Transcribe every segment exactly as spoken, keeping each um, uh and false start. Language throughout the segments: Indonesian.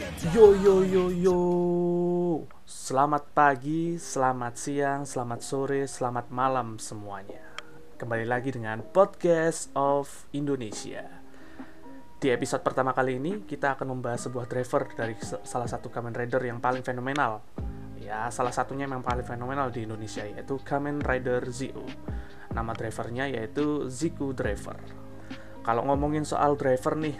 Yo yo yo yo. Selamat pagi, selamat siang, selamat sore, selamat malam semuanya. Kembali lagi dengan Podcast of Indonesia. Di episode pertama kali ini kita akan membahas sebuah driver dari salah satu Kamen Rider yang paling fenomenal. Ya, salah satunya yang paling fenomenal di Indonesia, yaitu Kamen Rider Zi-O. Nama drivernya yaitu Ziku Driver. Kalau ngomongin soal driver nih,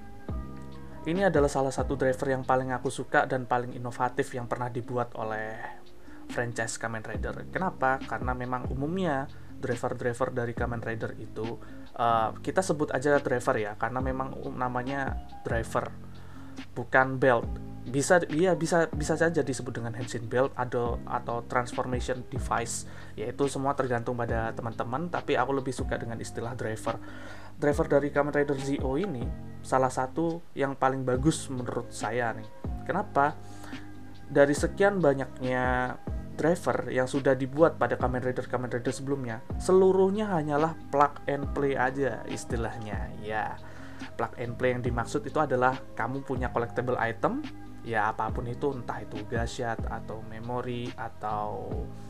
ini adalah salah satu driver yang paling aku suka dan paling inovatif yang pernah dibuat oleh franchise Kamen Rider. Kenapa? Karena memang umumnya driver-driver dari Kamen Rider itu uh, kita sebut aja driver ya, karena memang namanya driver, bukan belt. Bisa iya bisa bisa saja disebut dengan Henshin belt atau atau transformation device, yaitu semua tergantung pada teman-teman, tapi aku lebih suka dengan istilah driver. Driver dari Kamen Rider Zi-O ini salah satu yang paling bagus menurut saya nih. Kenapa? Dari sekian banyaknya driver yang sudah dibuat pada Kamen Rider Kamen Rider sebelumnya, seluruhnya hanyalah plug and play aja istilahnya. Ya, plug and play yang dimaksud itu adalah kamu punya collectible item, ya apapun itu, entah itu gasyat atau memori atau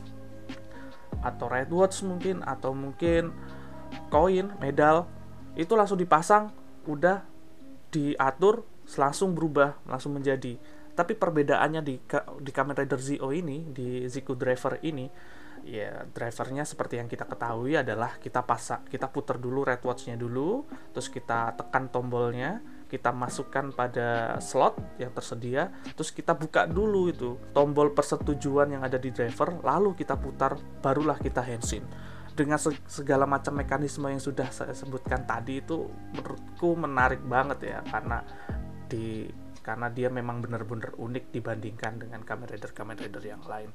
atau red watch mungkin, atau mungkin koin, medal, itu langsung dipasang, udah diatur, langsung berubah, langsung menjadi. Tapi perbedaannya di di Kamen Rider Zi-O ini, di Ziku Driver ini, ya drivernya seperti yang kita ketahui adalah kita pasang, kita putar dulu red watch-nya dulu, terus kita tekan tombolnya, kita masukkan pada slot yang tersedia, terus kita buka dulu itu tombol persetujuan yang ada di driver, lalu kita putar, barulah kita henshin. Dengan segala macam mekanisme yang sudah saya sebutkan tadi, itu menurutku menarik banget ya, karena di karena dia memang benar-benar unik dibandingkan dengan Kamen Rider Kamen Rider yang lain.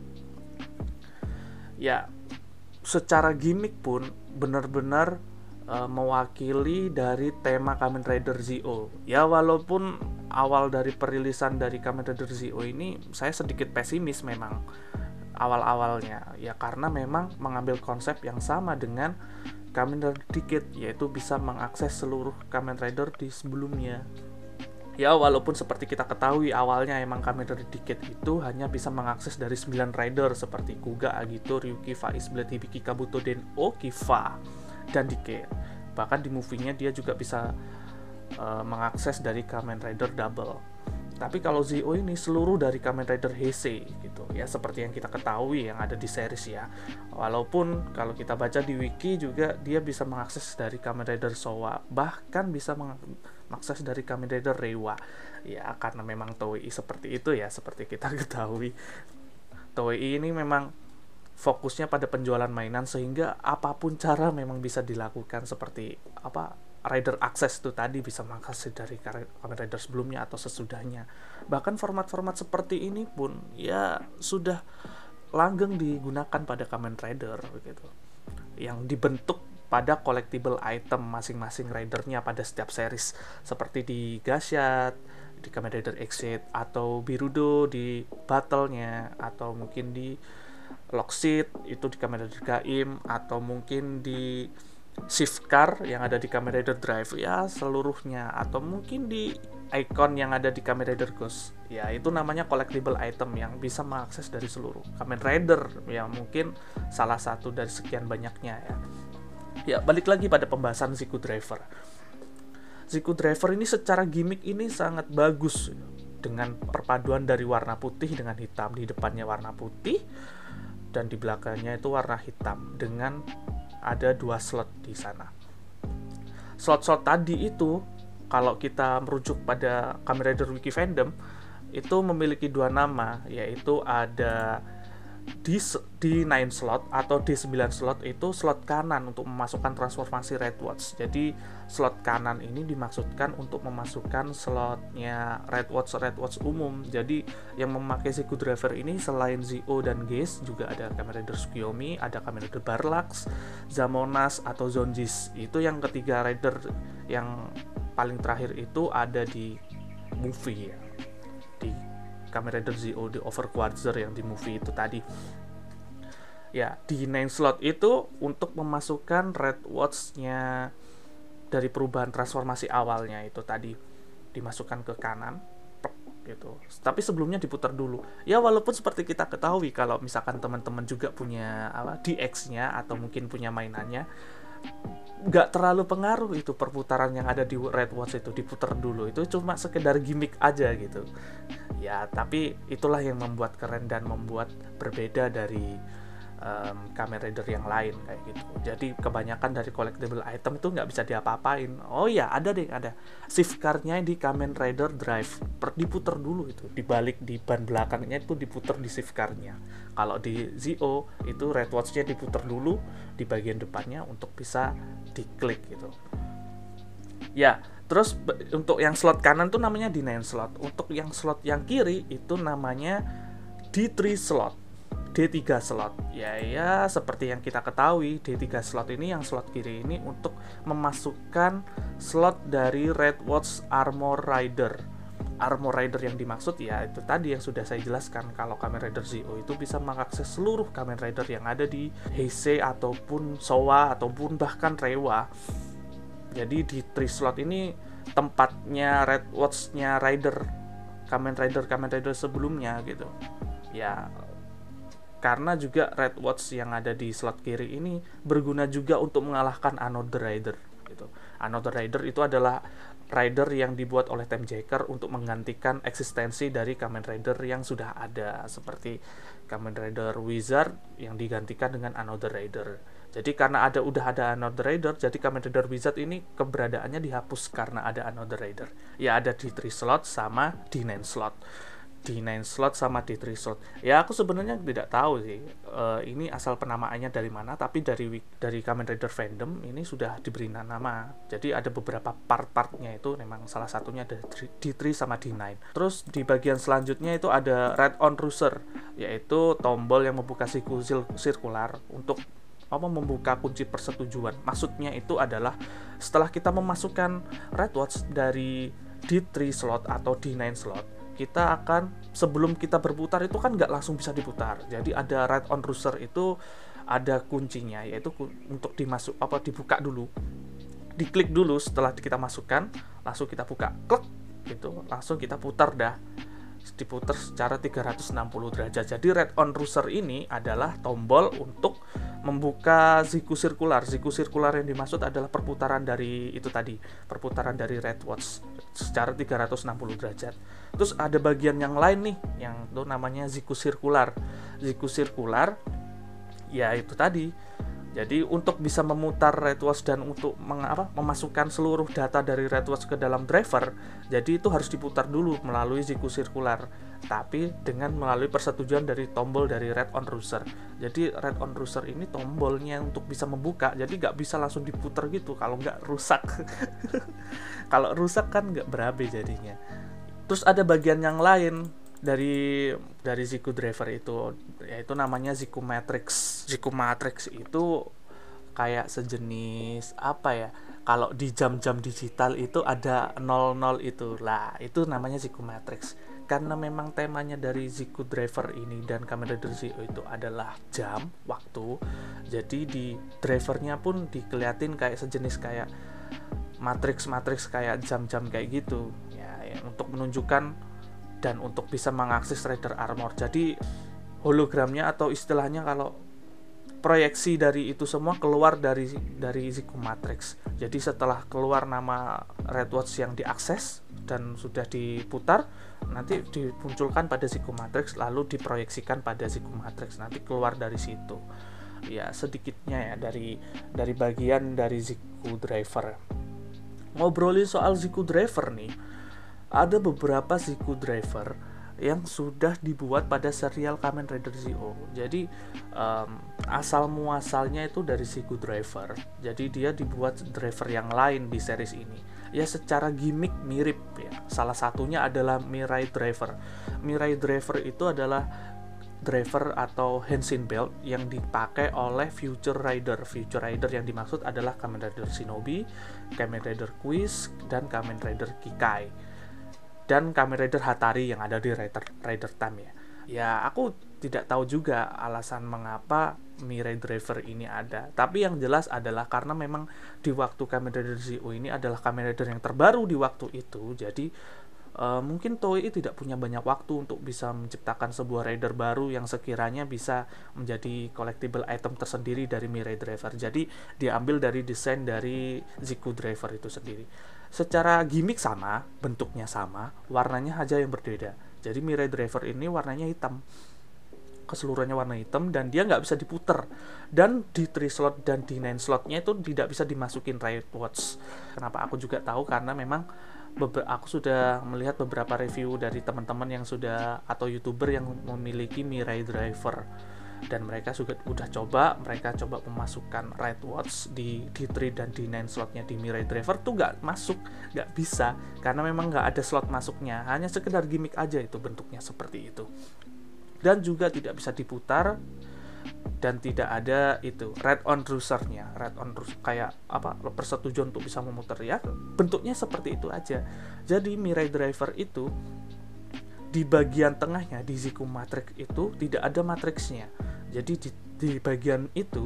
Ya, secara gimmick pun benar-benar uh, mewakili dari tema Kamen Rider Zi-O. Ya, walaupun awal dari perilisan dari Kamen Rider Zi-O ini saya sedikit pesimis memang awal-awalnya, ya karena memang mengambil konsep yang sama dengan Kamen Rider Decade, yaitu bisa mengakses seluruh Kamen Rider di sebelumnya. Ya, walaupun seperti kita ketahui awalnya emang Kamen Rider Decade itu hanya bisa mengakses dari sembilan rider seperti Kuga, Agito, Ryuki, Faiz, Blade, Hibiki, Kabuto, Den-O, Kifa, dan Decade. Bahkan di movie-nya dia juga bisa uh, mengakses dari Kamen Rider Double. Tapi kalau Zi-O ini seluruh dari Kamen Rider Heisei gitu ya, seperti yang kita ketahui yang ada di series ya. Walaupun kalau kita baca di wiki juga dia bisa mengakses dari Kamen Rider Showa, bahkan bisa mengakses dari Kamen Rider Reiwa. Ya karena memang Toei seperti itu ya, seperti kita ketahui. Toei ini memang fokusnya pada penjualan mainan, sehingga apapun cara memang bisa dilakukan, seperti apa Rider Access itu tadi bisa mengakses dari Kamen Rider sebelumnya atau sesudahnya. Bahkan format-format seperti ini pun ya sudah langgeng digunakan pada Kamen Rider gitu, yang dibentuk pada collectible item masing-masing ridernya pada setiap series, seperti di Gasyat, di Kamen Rider Exit, atau Birudo di battle-nya, atau mungkin di Lockseed itu di Kamen Rider Gaim, atau mungkin di Shift Car yang ada di Kamen Rider Drive, ya seluruhnya, atau mungkin di icon yang ada di Kamen Rider Ghost, ya itu namanya collectible item yang bisa mengakses dari seluruh Kamen Rider, ya mungkin salah satu dari sekian banyaknya ya. Ya balik lagi pada pembahasan Ziku Driver. Ziku Driver ini secara gimmick ini sangat bagus dengan perpaduan dari warna putih dengan hitam, di depannya warna putih dan di belakangnya itu warna hitam dengan ada dua slot di sana. Slot-slot tadi itu kalau kita merujuk pada Kamen Rider Wiki Fandom itu memiliki dua nama, yaitu ada D sembilan slot atau D sembilan slot, itu slot kanan untuk memasukkan transformasi Red Watch. Jadi slot kanan ini dimaksudkan untuk memasukkan slotnya Red Watch Red Watch umum. Jadi yang memakai Ziku Driver ini selain Zi-O dan Geist juga ada Kamen Rider Tsukiyomi, ada Kamen Rider Barlax, Zamonas atau Zonjis. Itu yang ketiga rider yang paling terakhir itu ada di movie ya, di Kamen Rider Zi-O The Overquartzer yang di movie itu tadi. Ya, di nine slot itu untuk memasukkan Red Watch-nya dari perubahan transformasi awalnya itu tadi, dimasukkan ke kanan, gitu. Tapi sebelumnya diputar dulu. Ya walaupun seperti kita ketahui kalau misalkan teman-teman juga punya apa D X-nya atau mungkin punya mainannya, nggak terlalu pengaruh itu perputaran yang ada di Red Watch itu diputar dulu, itu cuma sekedar gimmick aja gitu ya. Tapi itulah yang membuat keren dan membuat berbeda dari um, Kamen Rider yang lain kayak gitu. Jadi kebanyakan dari collectible item itu nggak bisa diapa-apain. Oh ya ada deh, ada shift car-nya di Kamen Rider Drive per diputar dulu, itu dibalik di ban belakangnya itu diputar di shift car-nya. Kalau di Zio itu Red Watch-nya diputar dulu di bagian depannya untuk bisa diklik gitu ya. Terus untuk yang slot kanan tuh namanya D nine slot, untuk yang slot yang kiri itu namanya D three slot, D tiga slot. Ya ya seperti yang kita ketahui, D tiga slot ini, yang slot kiri ini untuk memasukkan slot dari Red Watch Armor Rider. Armor Rider yang dimaksud ya itu tadi yang sudah saya jelaskan, kalau Kamen Rider Zio itu bisa mengakses seluruh Kamen Rider yang ada di Heisei ataupun Showa ataupun bahkan Reiwa. Jadi di three slot ini tempatnya Red Watch-nya Rider, Kamen Rider Kamen Rider sebelumnya gitu ya. Karena juga Red Watch yang ada di slot kiri ini berguna juga untuk mengalahkan Another Rider gitu. Another Rider itu adalah rider yang dibuat oleh Time Jacker untuk menggantikan eksistensi dari Kamen Rider yang sudah ada, seperti Kamen Rider Wizard yang digantikan dengan Another Rider. Jadi karena ada udah ada Another Rider, jadi Kamen Rider Wizard ini keberadaannya dihapus karena ada Another Rider. Ya ada di three slot sama D nine slot. D nine slot sama D three slot. Ya aku sebenarnya tidak tahu sih uh, ini asal penamaannya dari mana, tapi dari dari Kamen Rider fandom ini sudah diberi nama. Jadi ada beberapa part-partnya itu memang salah satunya ada D three sama D nine. Terus di bagian selanjutnya itu ada Red On Rusher, yaitu tombol yang membuka siku sirkular untuk apa membuka kunci persetujuan. Maksudnya itu adalah setelah kita memasukkan Red Watch dari D three slot atau D nine slot, kita akan sebelum kita berputar itu kan nggak langsung bisa diputar. Jadi ada Red On Rusher itu ada kuncinya, yaitu untuk dimasuk apa dibuka dulu, diklik dulu setelah kita masukkan, langsung kita buka, klik gitu, langsung kita putar dah, diputar secara tiga ratus enam puluh derajat. Jadi Red On Rusher ini adalah tombol untuk membuka ziku sirkular. Ziku sirkular yang dimaksud adalah perputaran dari itu tadi, perputaran dari Red Watch secara tiga ratus enam puluh derajat. Terus ada bagian yang lain nih, yang itu namanya ziku sirkular. Ziku sirkular ya itu tadi. Jadi untuk bisa memutar Red Watch dan untuk mengapa memasukkan seluruh data dari Red Watch ke dalam driver, jadi itu harus diputar dulu melalui ziku sirkular, tapi dengan melalui persetujuan dari tombol dari Red On Rusher. Jadi Red On Rusher ini tombolnya untuk bisa membuka, jadi nggak bisa langsung diputar gitu, kalau nggak rusak. Kalau rusak kan nggak berabe jadinya. Terus ada bagian yang lain dari dari Ziku Driver itu, yaitu namanya Ziku Matrix. Ziku Matrix itu kayak sejenis apa ya, kalau di jam-jam digital itu ada nol nol itu lah, itu namanya Ziku Matrix. Karena memang temanya dari Ziku Driver ini dan Kamen Rider Zio itu adalah jam, waktu, jadi di drivernya pun dikeliatin kayak sejenis kayak matrix-matrix kayak jam-jam kayak gitu ya, ya untuk menunjukkan dan untuk bisa mengakses Rider Armor. Jadi hologramnya atau istilahnya kalau proyeksi dari itu semua keluar dari dari Ziku Matrix. Jadi setelah keluar nama Red Watch yang diakses dan sudah diputar, nanti dimunculkan pada Ziku Matrix lalu diproyeksikan pada Ziku Matrix, nanti keluar dari situ. Ya sedikitnya ya dari dari bagian dari Ziku Driver. Ngobrolin soal Ziku Driver nih, ada beberapa Ziku Driver yang sudah dibuat pada serial Kamen Rider Zio. Jadi um, asal muasalnya itu dari Ziku Driver. Jadi dia dibuat driver yang lain di series ini. Ya secara gimmick mirip ya. Salah satunya adalah Mirai Driver. Mirai Driver itu adalah driver atau Henshin Belt yang dipakai oleh Future Rider. Future Rider yang dimaksud adalah Kamen Rider Shinobi, Kamen Rider Quiz, dan Kamen Rider Kikai. Dan Kamen Rider Hatari yang ada di Rider, Rider Time ya. Ya aku tidak tahu juga alasan mengapa Mirai Driver ini ada. Tapi yang jelas adalah karena memang di waktu Kamen Rider Zio ini adalah Kamen Rider yang terbaru di waktu itu. Jadi Uh, mungkin Toei tidak punya banyak waktu untuk bisa menciptakan sebuah rider baru yang sekiranya bisa menjadi collectible item tersendiri dari Mirai Driver. Jadi diambil dari desain dari Ziku Driver itu sendiri. Secara gimmick sama, bentuknya sama, warnanya aja yang berbeda. Jadi Mirai Driver ini warnanya hitam, keseluruhannya warna hitam, dan dia nggak bisa diputer. Dan di three slot dan di nine slotnya itu tidak bisa dimasukin Riot Watch. Kenapa aku juga tahu, karena memang Beber- aku sudah melihat beberapa review dari teman-teman yang sudah, atau youtuber yang memiliki Mirai Driver, dan mereka juga udah coba, mereka coba memasukkan Riot Watch di D tiga dan D sembilan slotnya di Mirai Driver tuh nggak masuk, nggak bisa, karena memang nggak ada slot masuknya, hanya sekedar gimmick aja itu bentuknya seperti itu, dan juga tidak bisa diputar, dan tidak ada itu red on rulernya, red on ruler kayak apa, persetujuan untuk bisa memutar, ya bentuknya seperti itu aja. Jadi Mirai Driver itu di bagian tengahnya di Ziku Matrix itu tidak ada matriksnya, jadi di, di bagian itu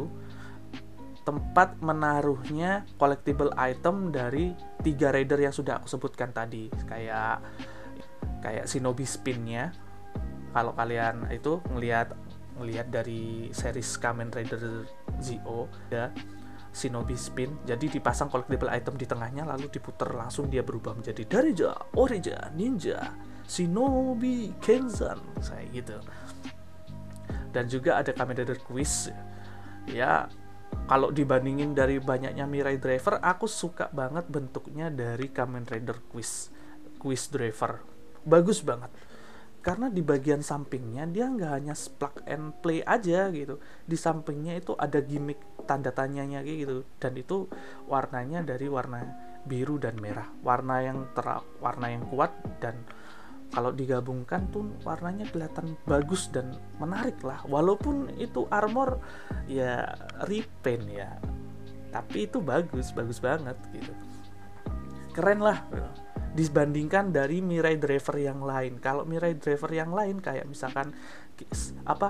tempat menaruhnya collectible item dari tiga rider yang sudah aku sebutkan tadi, kayak kayak Shinobi Spin-nya. Kalau kalian itu ngelihat ngelihat dari series Kamen Rider Zio ya, Shinobi Spin, jadi dipasang collectible item di tengahnya, lalu diputer, langsung dia berubah menjadi Darija, Orija, Ninja, Shinobi, Kenzan, saya gitu. Dan juga ada Kamen Rider Quiz ya. Kalau dibandingin dari banyaknya Mirai Driver, aku suka banget bentuknya dari Kamen Rider Quiz Quiz Driver, bagus banget. Karena di bagian sampingnya dia nggak hanya plug and play aja gitu, di sampingnya itu ada gimmick tanda tanyanya kayak gitu, dan itu warnanya dari warna biru dan merah, warna yang ter warna yang kuat, dan kalau digabungkan tuh warnanya kelihatan bagus dan menarik lah. Walaupun itu armor ya repaint ya, tapi itu bagus bagus banget gitu, keren lah gitu, dibandingkan dari Mirai Driver yang lain. Kalau Mirai Driver yang lain kayak misalkan apa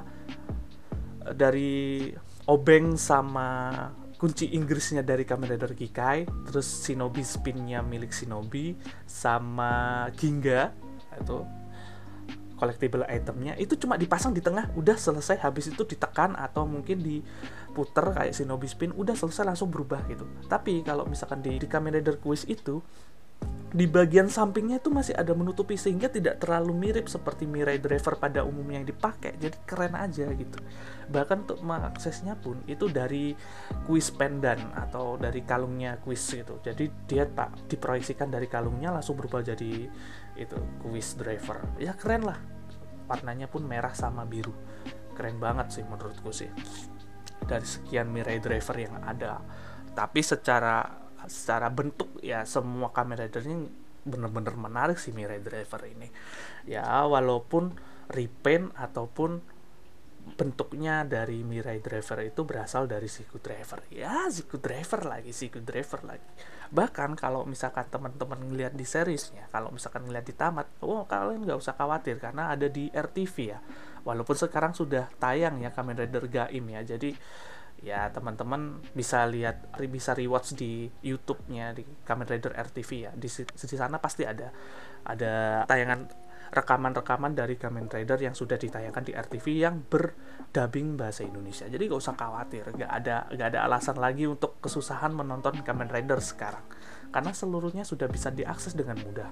dari obeng sama kunci Inggrisnya dari Kamen Rider Kikai, terus Shinobi Spin-nya milik Shinobi, sama Ginga itu collectible itemnya itu cuma dipasang di tengah, udah selesai. Habis itu ditekan atau mungkin diputer kayak Shinobi Spin, udah selesai, langsung berubah gitu. Tapi kalau misalkan di, di Kamen Rider Quiz itu di bagian sampingnya itu masih ada menutupi, sehingga tidak terlalu mirip seperti Mirai Driver pada umumnya yang dipakai. Jadi keren aja gitu. Bahkan untuk mengaksesnya pun itu dari quiz pendant atau dari kalungnya quiz gitu. Jadi dia tak diproyeksikan dari kalungnya, langsung berubah jadi itu quiz driver. Ya keren lah. Warnanya pun merah sama biru. Keren banget sih menurutku sih, dari sekian Mirai Driver yang ada. Tapi secara secara bentuk ya semua Kamen Rider-nya bener-bener menarik sih Mirai Driver ini ya, walaupun repaint ataupun bentuknya dari Mirai Driver itu berasal dari Ziku Driver ya, Ziku Driver lagi Ziku Driver lagi. Bahkan kalau misalkan teman-teman ngeliat di seriesnya, kalau misalkan ngeliat di tamat, oh kalian nggak usah khawatir karena ada di R T V ya, walaupun sekarang sudah tayang ya Kamen Rider Gaim ya. Jadi ya teman-teman bisa lihat, bisa rewatch di YouTube-nya di Kamen Rider R T V ya. Di, di sana pasti ada ada tayangan rekaman-rekaman dari Kamen Rider yang sudah ditayangkan di R T V yang berdubbing bahasa Indonesia. Jadi gak usah khawatir, gak ada gak ada alasan lagi untuk kesusahan menonton Kamen Rider sekarang, karena seluruhnya sudah bisa diakses dengan mudah.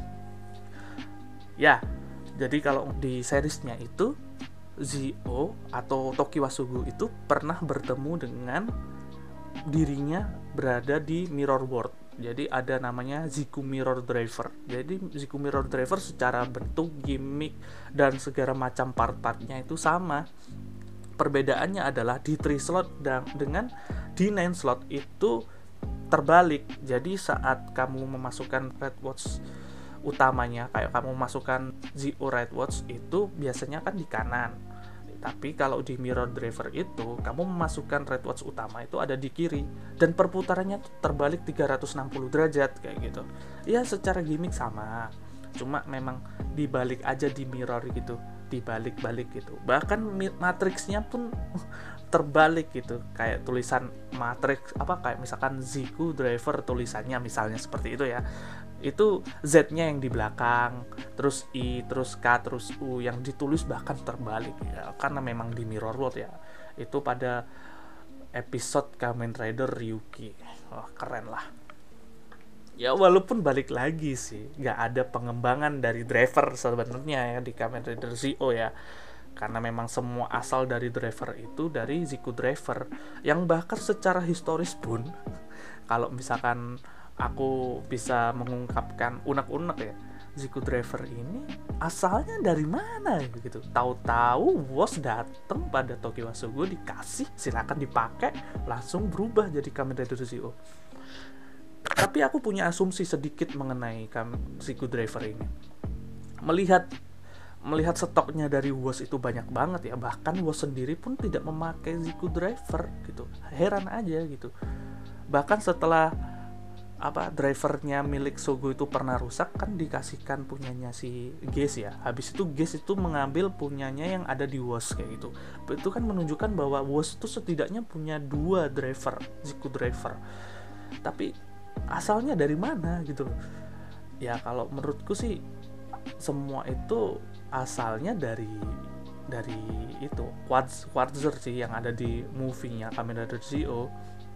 Ya, jadi kalau di seriesnya itu Zio atau Tokiwa Sugu itu pernah bertemu dengan dirinya berada di Mirror World. Jadi ada namanya Ziku Mirror Driver. Jadi Ziku Mirror Driver secara bentuk, gimmick, dan segala macam part-partnya itu sama. Perbedaannya adalah di three slot dan dengan di nine slot itu terbalik. Jadi saat kamu memasukkan Red Watch utamanya, kayak kamu masukkan Zio Red Watch itu biasanya kan di kanan, tapi kalau di Mirror Driver itu kamu memasukkan Red Watch utama itu ada di kiri, dan perputarannya terbalik tiga ratus enam puluh derajat kayak gitu ya. Secara gimmick sama, cuma memang dibalik aja di mirror gitu, dibalik-balik gitu. Bahkan matriksnya pun terbalik gitu, kayak tulisan Matrix apa, kayak misalkan Ziku Driver tulisannya misalnya seperti itu ya, itu Z-nya yang di belakang, terus I, terus K, terus U, yang ditulis bahkan terbalik ya, karena memang di Mirror World ya. Itu pada episode Kamen Rider Ryuki. Wah, keren lah. Ya walaupun balik lagi sih, nggak ada pengembangan dari driver sebenarnya ya di Kamen Rider Zio ya, karena memang semua asal dari driver itu dari Ziku Driver, yang bahkan secara historis pun kalau misalkan aku bisa mengungkapkan unek-unek ya, Ziku Driver ini asalnya dari mana gitu. Tahu-tahu Woz datang pada Tokiwasogo, dikasih silakan dipakai, langsung berubah jadi Kamen Rider Zio. Tapi aku punya asumsi sedikit mengenai Ziku Driver ini. Melihat melihat stoknya dari Woz itu banyak banget ya, bahkan Woz sendiri pun tidak memakai Ziku Driver gitu. Heran aja gitu. Bahkan setelah apa drivernya milik Sogo itu pernah rusak, kan dikasihkan punyanya si Geis ya. Habis itu Geis itu mengambil punyanya yang ada di Woz kayak gitu. Itu kan menunjukkan bahwa Woz itu setidaknya punya dua driver, Ziku Driver. Tapi asalnya dari mana gitu loh. Ya kalau menurutku sih semua itu asalnya dari dari itu Quartz, Quartzer sih yang ada di movie-nya Kamen Rider Zio.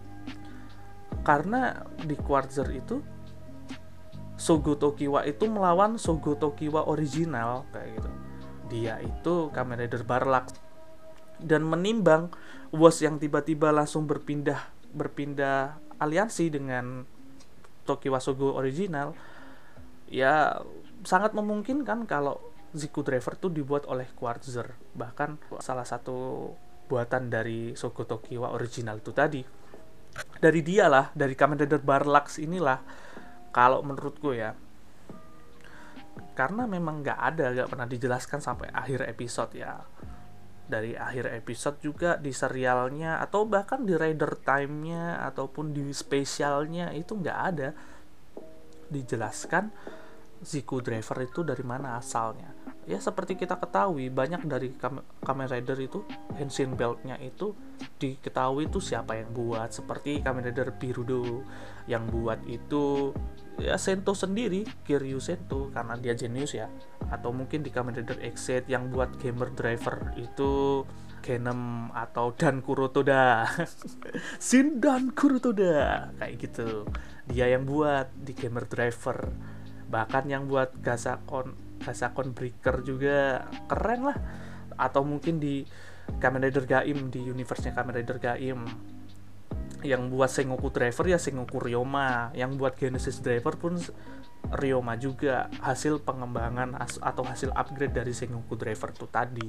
Karena di Quartzer itu Sogo Tokiwa itu melawan Sogo Tokiwa original kayak gitu. Dia itu Kamen Rider Barlax dan menimbang Woz yang tiba-tiba langsung berpindah berpindah aliansi dengan Tokiwa Sogo original. Ya sangat memungkinkan kalau Ziku Driver itu dibuat oleh Quartzer, bahkan salah satu buatan dari Sogo Tokiwa original itu tadi. Dari dialah, dari Kamen Rider Barlax inilah kalau menurutku ya, karena memang nggak ada, nggak pernah dijelaskan sampai akhir episode ya. Dari akhir episode juga di serialnya atau bahkan di Rider Time-nya ataupun di spesialnya itu nggak ada dijelaskan Ziku Driver itu dari mana asalnya. Ya seperti kita ketahui, banyak dari Kamen Rider itu Henshin Belt-nya itu diketahui itu siapa yang buat, seperti Kamen Rider Birudo yang buat itu ya Sento sendiri, Kiryu Sento, karena dia jenius ya. Atau mungkin di Kamen Rider Exit yang buat Gamer Driver itu Genem atau Dan Kurotoda Shin Dan Kurotoda kayak gitu, dia yang buat di Gamer Driver. Bahkan yang buat Gasakon Gasakon Breaker juga keren lah. Atau mungkin di Kamen Rider Gaim, di universe-nya Kamen Rider Gaim yang buat Sengoku Driver ya Sengoku Ryoma, yang buat Genesis Driver pun Ryoma juga, hasil pengembangan atau hasil upgrade dari Sengoku Driver itu tadi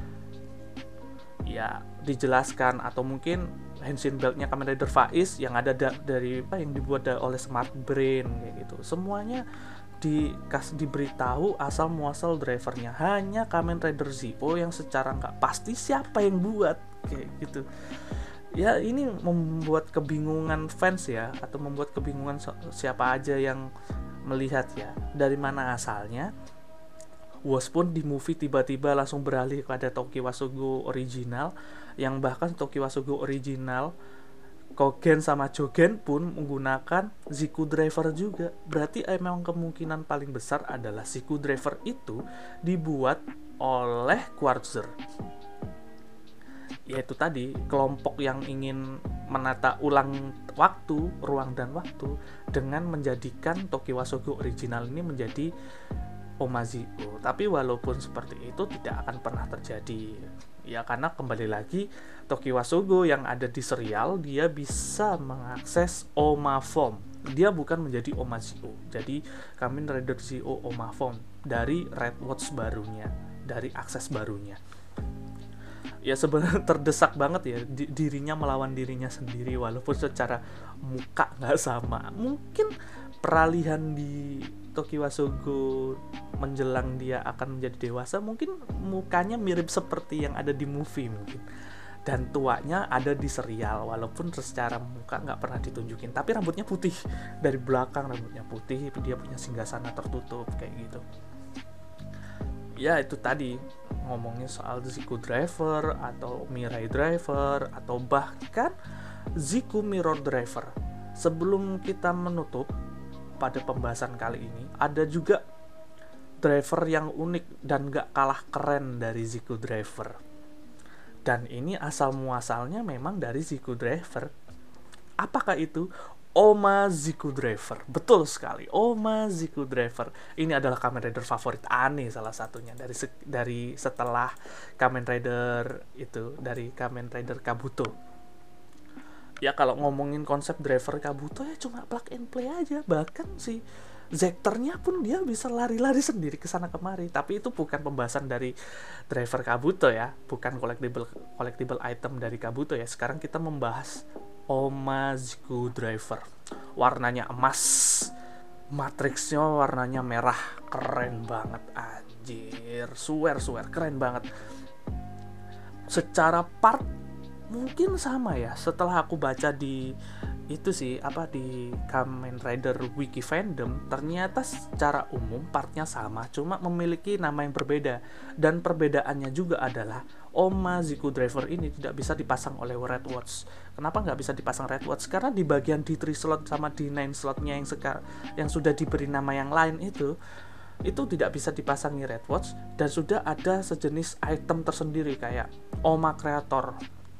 ya dijelaskan. Atau mungkin Henshin Belt-nya Kamen Rider Faiz yang ada da- dari apa yang dibuat da- oleh Smart Brain kayak gitu. Semuanya dikas diberitahu asal muasal drivernya. Hanya Kamen Rider Zio yang secara nggak pasti siapa yang buat kayak gitu. Ya ini membuat kebingungan fans ya, atau membuat kebingungan siapa aja yang melihat ya dari mana asalnya. Woz pun di movie tiba-tiba langsung beralih pada Tokiwa Sogo original, yang bahkan Tokiwa Sogo original Kogen sama Jogen pun menggunakan Ziku Driver juga. Berarti memang kemungkinan paling besar adalah Ziku Driver itu dibuat oleh Quartzer. Yaitu tadi kelompok yang ingin menata ulang waktu, ruang dan waktu dengan menjadikan Tokiwa Sogo original ini menjadi Omazio. Tapi walaupun seperti itu tidak akan pernah terjadi. Ya karena kembali lagi Tokiwa Sogo yang ada di serial dia bisa mengakses Oma Form. Dia bukan menjadi Omazio. Jadi Kamen Rider Zio Oma Form dari Red Watch barunya, dari akses barunya. Ya sebenarnya terdesak banget ya dirinya melawan dirinya sendiri, walaupun secara muka nggak sama. Mungkin peralihan di Tokiwa Sogo menjelang dia akan menjadi dewasa mungkin mukanya mirip seperti yang ada di movie mungkin, dan tuanya ada di serial, walaupun secara muka nggak pernah ditunjukin. Tapi rambutnya putih, dari belakang rambutnya putih, dia punya singgasana tertutup kayak gitu. Ya itu tadi ngomongin soal Ziku Driver atau Mirai Driver atau bahkan Ziku Mirror Driver. Sebelum kita menutup pada pembahasan kali ini, ada juga driver yang unik dan gak kalah keren dari Ziku Driver. Dan ini asal muasalnya memang dari Ziku Driver. Apakah itu? Oma Ziku Driver. Betul sekali, Oma Ziku Driver. Ini adalah Kamen Rider favorit Ane salah satunya dari dari setelah Kamen Rider itu, dari Kamen Rider Kabuto. Ya kalau ngomongin konsep driver Kabuto ya cuma plug and play aja. Bahkan si Zekternya pun dia bisa lari-lari sendiri ke sana kemari. Tapi itu bukan pembahasan dari driver Kabuto ya, bukan collectible collectible item dari Kabuto ya. Sekarang kita membahas Oma Ziku Driver. Warnanya emas, matriksnya warnanya merah, keren banget anjir. Swear swear keren banget. Secara part mungkin sama ya. Setelah aku baca di itu sih apa di Kamen Rider Wiki Fandom, ternyata secara umum partnya sama, cuma memiliki nama yang berbeda. Dan perbedaannya juga adalah Oma Ziku Driver ini tidak bisa dipasang oleh Red Watch. Kenapa nggak bisa dipasang Red Watch? Karena di bagian D tiga slot sama D sembilan slotnya yang sekarang yang sudah diberi nama yang lain itu itu tidak bisa dipasangi Red Watch, dan sudah ada sejenis item tersendiri kayak Oma Creator.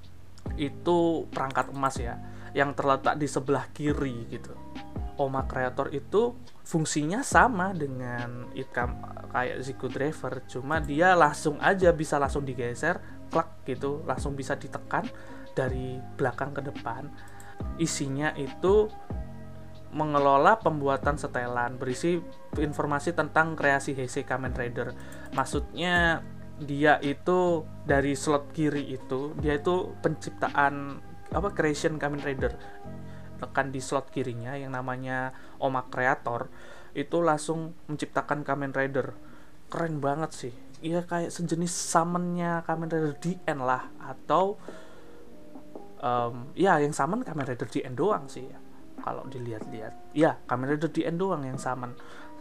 Itu perangkat emas ya, yang terletak di sebelah kiri gitu. Oma Creator itu fungsinya sama dengan item kayak Ziku Driver, cuma dia langsung aja bisa langsung digeser, klak gitu, langsung bisa ditekan dari belakang ke depan. Isinya itu mengelola pembuatan setelan berisi informasi tentang kreasi Heisei Kamen Rider. Maksudnya dia itu dari slot kiri itu, dia itu penciptaan apa creation Kamen Rider. Tekan di slot kirinya yang namanya Oma Creator itu langsung menciptakan Kamen Rider. Keren banget sih. Iya kayak sejenis summonnya Kamen Rider D N lah, atau um, ya yang summon Kamen Rider D N doang sih ya. Kalau dilihat-lihat, ya Kamen Rider D N doang yang summon.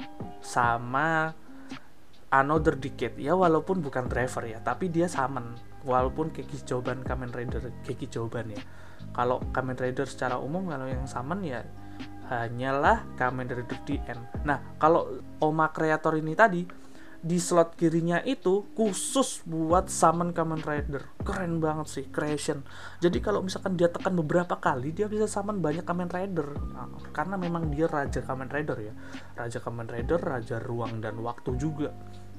Sama Another Decade ya, walaupun bukan driver ya, tapi dia summon walaupun Keki Joban Kamen Rider Keki Joban ya. Kalau Kamen Rider secara umum kalau yang summon ya hanyalah Kamen Rider D N. Nah, kalau Oma Creator ini tadi di slot kirinya itu khusus buat summon Kamen Rider. Keren banget sih, creation. Jadi kalau misalkan dia tekan beberapa kali, dia bisa summon banyak Kamen Rider. Nah, karena memang dia raja Kamen Rider ya. Raja Kamen Rider, raja ruang dan waktu juga.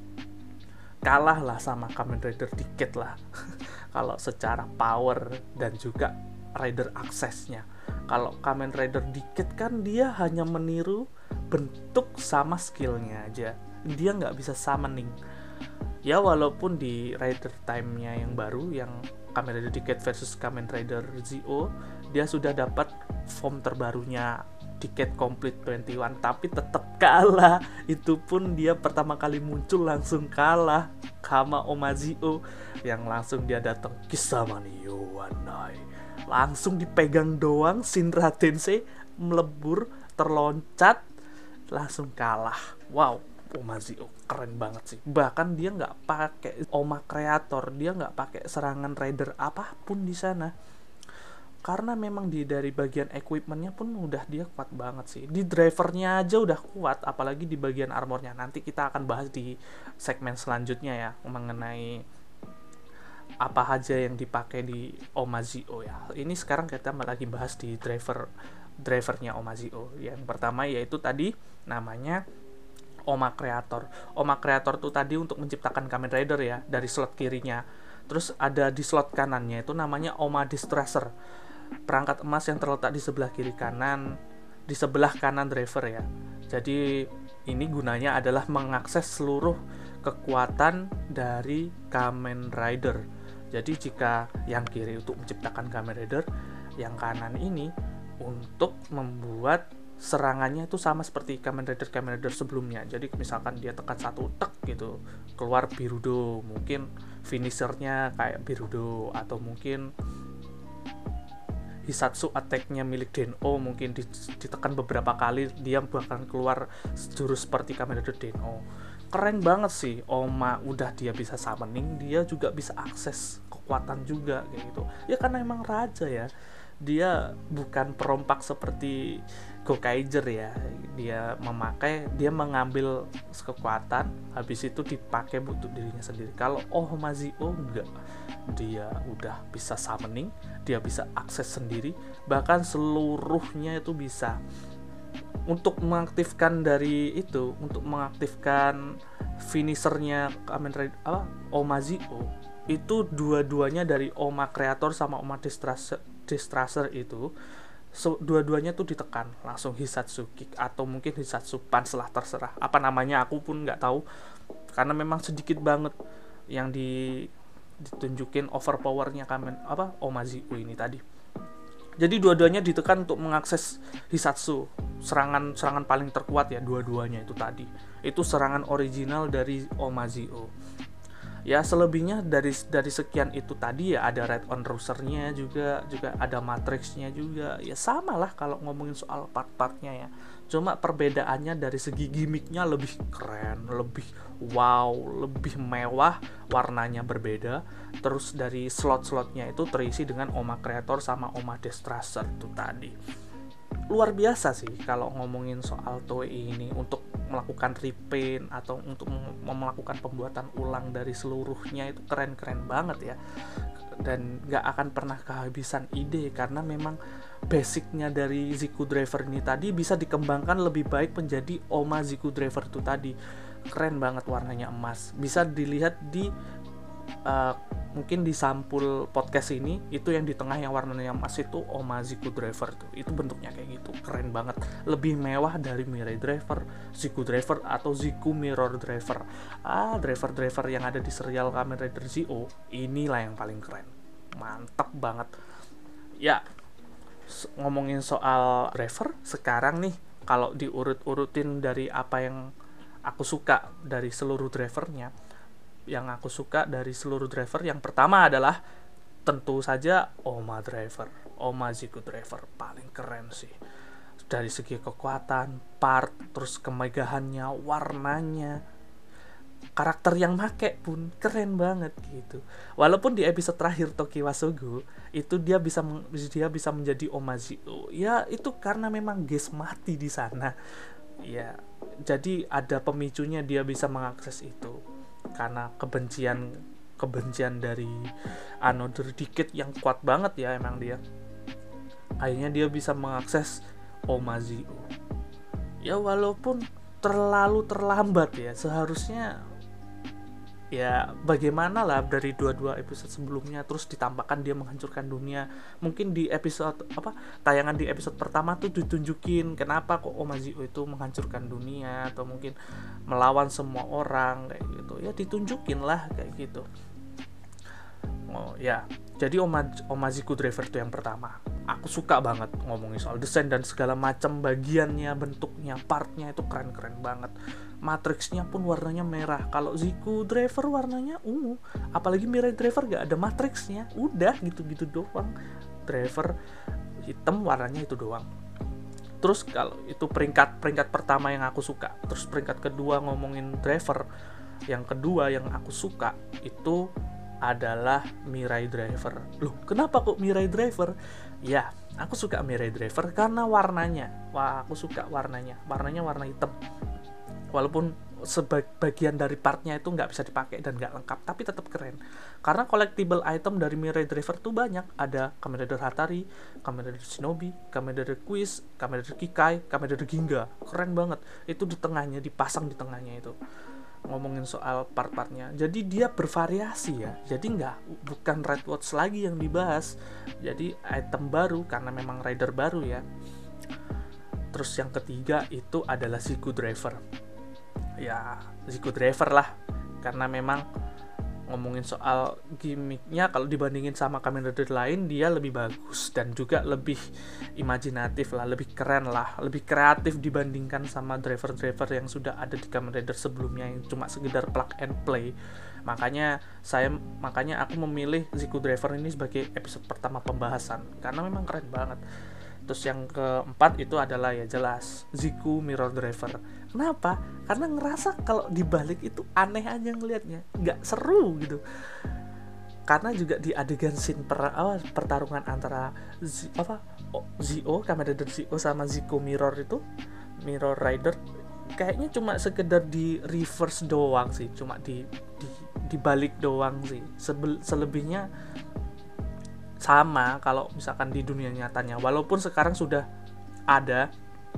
Kalah lah sama Kamen Rider Decade lah. Kalau secara power dan juga rider aksesnya. Kalau Kamen Rider Decade kan dia hanya meniru bentuk sama skillnya aja. Dia nggak bisa summoning. Ya walaupun di Rider Time-nya yang baru, yang Kamen Rider Decade versus Kamen Rider Zio, dia sudah dapat form terbarunya Decade Complete dua puluh satu, tapi tetap kalah. Itu pun dia pertama kali muncul langsung kalah sama Oma Zio yang langsung dia datang Kisamani Yowanai, langsung dipegang doang, Shinra Tensei melebur, terloncat, langsung kalah. Wow, Oma Zio keren banget sih. Bahkan dia nggak pakai Oma Creator, dia nggak pakai serangan rider apapun di sana. Karena memang di dari bagian equipmentnya pun udah dia kuat banget sih. Di drivernya aja udah kuat, apalagi di bagian armornya. Nanti kita akan bahas di segmen selanjutnya ya, mengenai apa aja yang dipakai di Oma Zio ya. Ini sekarang kita lagi bahas di driver drivernya Oma Zio. Yang pertama yaitu tadi namanya Oma Creator. Oma Creator tuh tadi untuk menciptakan Kamen Rider ya, dari slot kirinya. Terus ada di slot kanannya itu namanya Oma Distresser, perangkat emas yang terletak di sebelah kiri kanan, di sebelah kanan driver ya. Jadi ini gunanya adalah mengakses seluruh kekuatan dari Kamen Rider. Jadi jika yang kiri untuk menciptakan Kamen Rider, yang kanan ini untuk membuat serangannya itu sama seperti Kamen Rider Kamen Rider sebelumnya. Jadi misalkan dia tekan satu tek gitu, keluar Birudo, mungkin finishernya kayak Birudo, atau mungkin Hisatsu attack-nya milik Den-O, mungkin ditekan beberapa kali dia bahkan keluar jurus seperti Kamen Rider Den-O. keren banget sih. Oma udah dia bisa summoning, dia juga bisa akses kekuatan juga kayak gitu ya, karena emang raja ya, dia bukan perompak seperti Gokaiger ya, dia memakai dia mengambil kekuatan habis itu dipakai untuk dirinya sendiri. Kalau Ohmazio enggak, dia udah bisa summoning, dia bisa akses sendiri, bahkan seluruhnya itu bisa. Untuk mengaktifkan dari itu, untuk mengaktifkan finishernya Kamen Rider apa Ohmazio itu dua-duanya dari Oma Creator sama Oma Destructor, Destructor itu so, dua-duanya tuh ditekan langsung Hisatsu Kick atau mungkin Hisatsu Punch lah, terserah apa namanya, aku pun nggak tahu karena memang sedikit banget yang di ditunjukin overpowernya Kamen apa Ohmazio ini tadi. Jadi dua-duanya ditekan untuk mengakses Hisatsu, serangan serangan paling terkuat ya, dua-duanya itu tadi. Itu serangan original dari Ohmazio. Ya selebihnya dari dari sekian itu tadi ya, ada Red on Rooster-nya juga, juga ada Matrix-nya juga. Ya sama lah kalau ngomongin soal part-partnya ya. Cuma perbedaannya dari segi gimmicknya lebih keren, lebih wow, lebih mewah, warnanya berbeda. Terus dari slot-slotnya itu terisi dengan Oma Creator sama Oma Destructor itu tadi. Luar biasa sih kalau ngomongin soal Toei ini untuk melakukan repaint atau untuk melakukan pembuatan ulang dari seluruhnya, itu keren-keren banget ya, dan gak akan pernah kehabisan ide karena memang basicnya dari Ziku Driver ini tadi bisa dikembangkan lebih baik menjadi Oma Ziku Driver itu tadi. Keren banget, warnanya emas, bisa dilihat di uh, mungkin di sampul podcast ini, itu yang di tengah yang warnanya emas itu Oma Ziku Driver tuh, itu bentuknya kayak gitu, keren banget, lebih mewah dari Mirai Driver, Ziku Driver atau Ziku Mirror Driver. Ah, driver-driver yang ada di serial Kamen Rider Zio inilah yang paling keren, mantap banget ya. Ngomongin soal driver sekarang nih, kalau diurut-urutin dari apa yang aku suka dari seluruh drivernya, yang aku suka dari seluruh driver yang pertama adalah tentu saja Oma Driver, Oma Ziku Driver paling keren sih dari segi kekuatan, part, terus kemegahannya, warnanya, karakter yang make pun keren banget gitu. Walaupun di episode terakhir Tokiwa Sogo itu dia bisa dia bisa menjadi Ohmazio ya, itu karena memang Geis mati di sana ya, jadi ada pemicunya dia bisa mengakses itu karena kebencian kebencian dari Another Decade yang kuat banget ya, emang dia akhirnya dia bisa mengakses Ohmazio ya, walaupun terlalu terlambat ya, seharusnya ya bagaimana lah dari dua-dua episode sebelumnya terus ditambahkan dia menghancurkan dunia. Mungkin di episode apa tayangan di episode pertama tuh ditunjukin kenapa kok Ohmazio itu menghancurkan dunia atau mungkin melawan semua orang kayak gitu ya, ditunjukin lah kayak gitu. Oh ya, jadi Ohmazio Driver itu yang pertama. Aku suka banget ngomongin soal desain dan segala macam bagiannya, bentuknya, partnya itu keren-keren banget. Matrixnya pun warnanya merah. Kalau Ziku Driver warnanya ungu. Apalagi Mirai Driver gak ada matrixnya. Udah gitu-gitu doang. Driver hitam warnanya itu doang. Terus kalau itu peringkat peringkat pertama yang aku suka. Terus peringkat kedua ngomongin Driver, yang kedua yang aku suka itu adalah Mirai Driver. Loh, kenapa kok Mirai Driver? Ya, aku suka Mirai Driver karena warnanya. Wah, aku suka warnanya. Warnanya warna hitam. Walaupun sebagian dari partnya itu nggak bisa dipakai dan nggak lengkap, tapi tetap keren. Karena collectible item dari Mirai Driver tuh banyak. Ada Kamen Rider Hatari, Kamen Rider Shinobi, Kamen Rider Quiz, Kamen Rider Kikai, Kamen Rider Ginga. Keren banget. Itu di tengahnya, dipasang di tengahnya itu. Ngomongin soal part-partnya, jadi dia bervariasi ya, jadi nggak bukan Red Watch lagi yang dibahas, jadi item baru karena memang rider baru ya. Terus yang ketiga itu adalah Ziku Driver ya, Ziku Driver lah, karena memang ngomongin soal gimmicknya kalau dibandingin sama Kamen Rider lain dia lebih bagus dan juga lebih imajinatif lah, lebih keren lah, lebih kreatif dibandingkan sama driver-driver yang sudah ada di Kamen Rider sebelumnya yang cuma sekedar plug and play. Makanya saya makanya aku memilih Ziku Driver ini sebagai episode pertama pembahasan karena memang keren banget. Terus yang keempat itu adalah ya jelas Zico Mirror Driver. Kenapa? Karena ngerasa kalau dibalik itu aneh aja ngelihatnya, nggak seru gitu. Karena juga di adegan scene per, oh, pertarungan antara Z, apa oh, Zio, Kamen Rider Zio sama Zico Mirror itu, Mirror Rider, kayaknya cuma sekedar di reverse doang sih, cuma di di dibalik doang sih. Sebel, selebihnya sama kalau misalkan di dunia nyatanya, walaupun sekarang sudah ada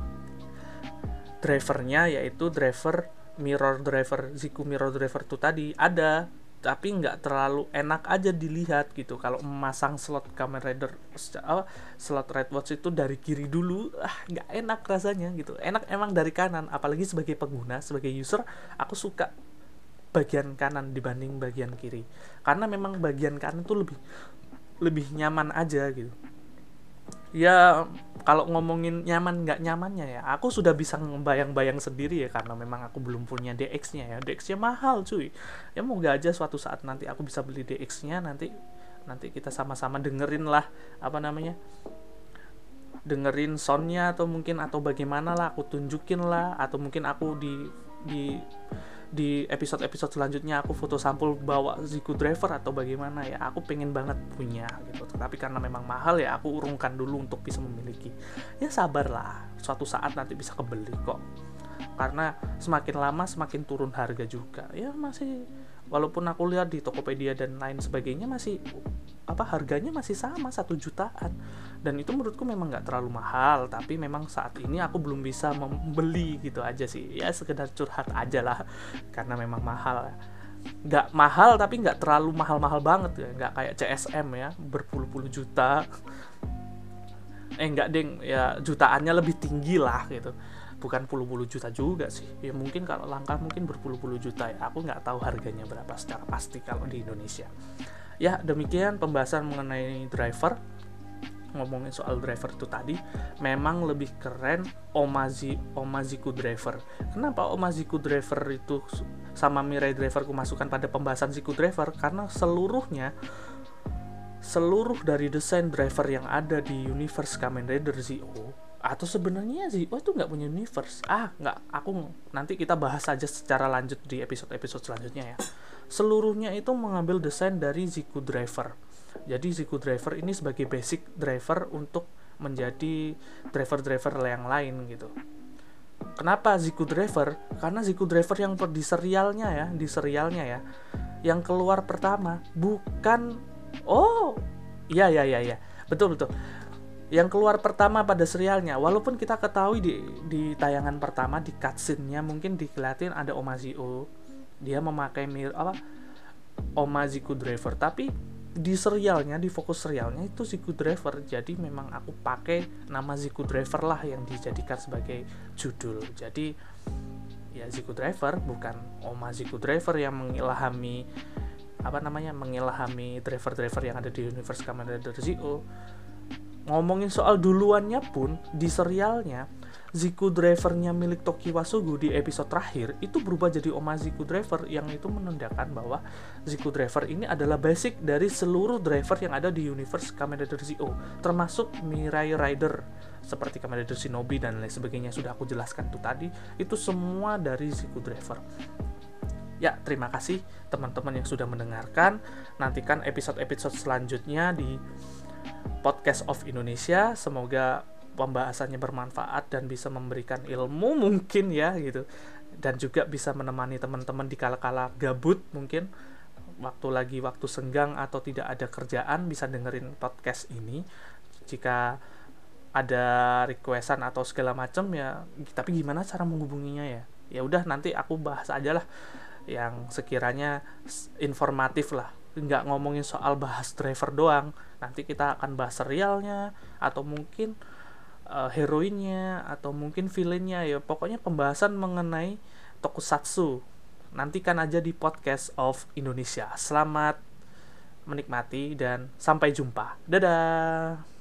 drivernya, yaitu driver Mirror Driver, Zico Mirror Driver itu tadi ada, tapi nggak terlalu enak aja dilihat gitu. Kalau memasang slot Kamen Rider, oh, slot Red Watch itu dari kiri dulu, ah nggak enak rasanya gitu. Enak emang dari kanan, apalagi sebagai pengguna, sebagai user, aku suka bagian kanan dibanding bagian kiri, karena memang bagian kanan tuh lebih lebih nyaman aja gitu. Ya kalau ngomongin nyaman nggak nyamannya ya, aku sudah bisa ngebayang-bayang sendiri ya, karena memang aku belum punya D X-nya ya. D X-nya mahal cuy. Ya moga aja suatu saat nanti aku bisa beli D X-nya, nanti nanti kita sama-sama dengerin lah apa namanya, dengerin soundnya atau mungkin atau bagaimana lah, aku tunjukin lah, atau mungkin aku di di di episode-episode selanjutnya aku foto sampul bawa Zico Driver atau bagaimana ya. Aku pengen banget punya gitu, tapi karena memang mahal ya aku urungkan dulu untuk bisa memiliki. Ya sabarlah, suatu saat nanti bisa kebeli kok, karena semakin lama semakin turun harga juga ya. Masih, walaupun aku lihat di Tokopedia dan lain sebagainya masih apa harganya masih sama satu jutaan, dan itu menurutku memang nggak terlalu mahal, tapi memang saat ini aku belum bisa membeli gitu aja sih. Ya sekedar curhat aja lah, karena memang mahal. Nggak mahal tapi nggak terlalu mahal-mahal banget ya, nggak kayak C S M ya berpuluh-puluh juta. Eh nggak deng, ya jutaannya lebih tinggi lah gitu, bukan puluh-puluh juta juga sih ya. Mungkin kalau langka mungkin berpuluh-puluh juta ya, aku nggak tahu harganya berapa secara pasti kalau di Indonesia. Ya demikian pembahasan mengenai driver. Ngomongin soal driver itu tadi, memang lebih keren Omazi Omaziku Driver. Kenapa Omaziku Driver itu sama Mirai Driver ku masukkan pada pembahasan Zico Driver? Karena seluruhnya seluruh dari desain driver yang ada di universe Kamen Rider Zio, atau sebenarnya Zio itu nggak punya universe. Ah, nggak, aku nanti kita bahas aja secara lanjut di episode-episode selanjutnya ya. Seluruhnya itu mengambil desain dari Zico Driver. Jadi Zico Driver ini sebagai basic driver untuk menjadi driver-driver yang lain gitu. Kenapa Zico Driver? Karena Zico Driver yang di serialnya ya, di serialnya ya, yang keluar pertama bukan, oh, iya iya iya iya, betul betul. Yang keluar pertama pada serialnya, walaupun kita ketahui di di tayangan pertama di cutscene-nya mungkin dikeliatin ada Omazio, dia memakai mirror apa Omaziku Driver, tapi di serialnya, di fokus serialnya itu Zico Driver. Jadi memang aku pakai nama Zico Driver lah yang dijadikan sebagai judul. Jadi ya Zico Driver, bukan Omaziku Driver yang mengilhami apa namanya mengilhami driver-driver yang ada di universe Kamen Rider Zio. Ngomongin soal duluannya pun, di serialnya Zico Drivernya milik Tokiwa Sugu di episode terakhir itu berubah jadi Omaziku Driver, yang itu menandakan bahwa Zico Driver ini adalah basic dari seluruh driver yang ada di universe Kamen Rider Zio, termasuk Mirai Rider seperti Kamen Rider Shinobi dan lain sebagainya, sudah aku jelaskan tuh tadi. Itu semua dari Zico Driver. Ya, terima kasih teman-teman yang sudah mendengarkan. Nantikan episode-episode selanjutnya di Podcast of Indonesia. Semoga pembahasannya bermanfaat dan bisa memberikan ilmu mungkin ya gitu, dan juga bisa menemani teman-teman di kala-kala gabut, mungkin waktu lagi waktu senggang atau tidak ada kerjaan bisa dengerin podcast ini. Jika ada requestan atau segala macam ya, tapi gimana cara menghubunginya ya? Ya udah, nanti aku bahas aja lah yang sekiranya informatif lah, nggak ngomongin soal bahas driver doang. Nanti kita akan bahas serialnya, atau mungkin uh, heroinnya, atau mungkin villainnya ya. Pokoknya pembahasan mengenai tokusatsu. Nantikan aja di Podcast of Indonesia. Selamat menikmati dan sampai jumpa. Dadah.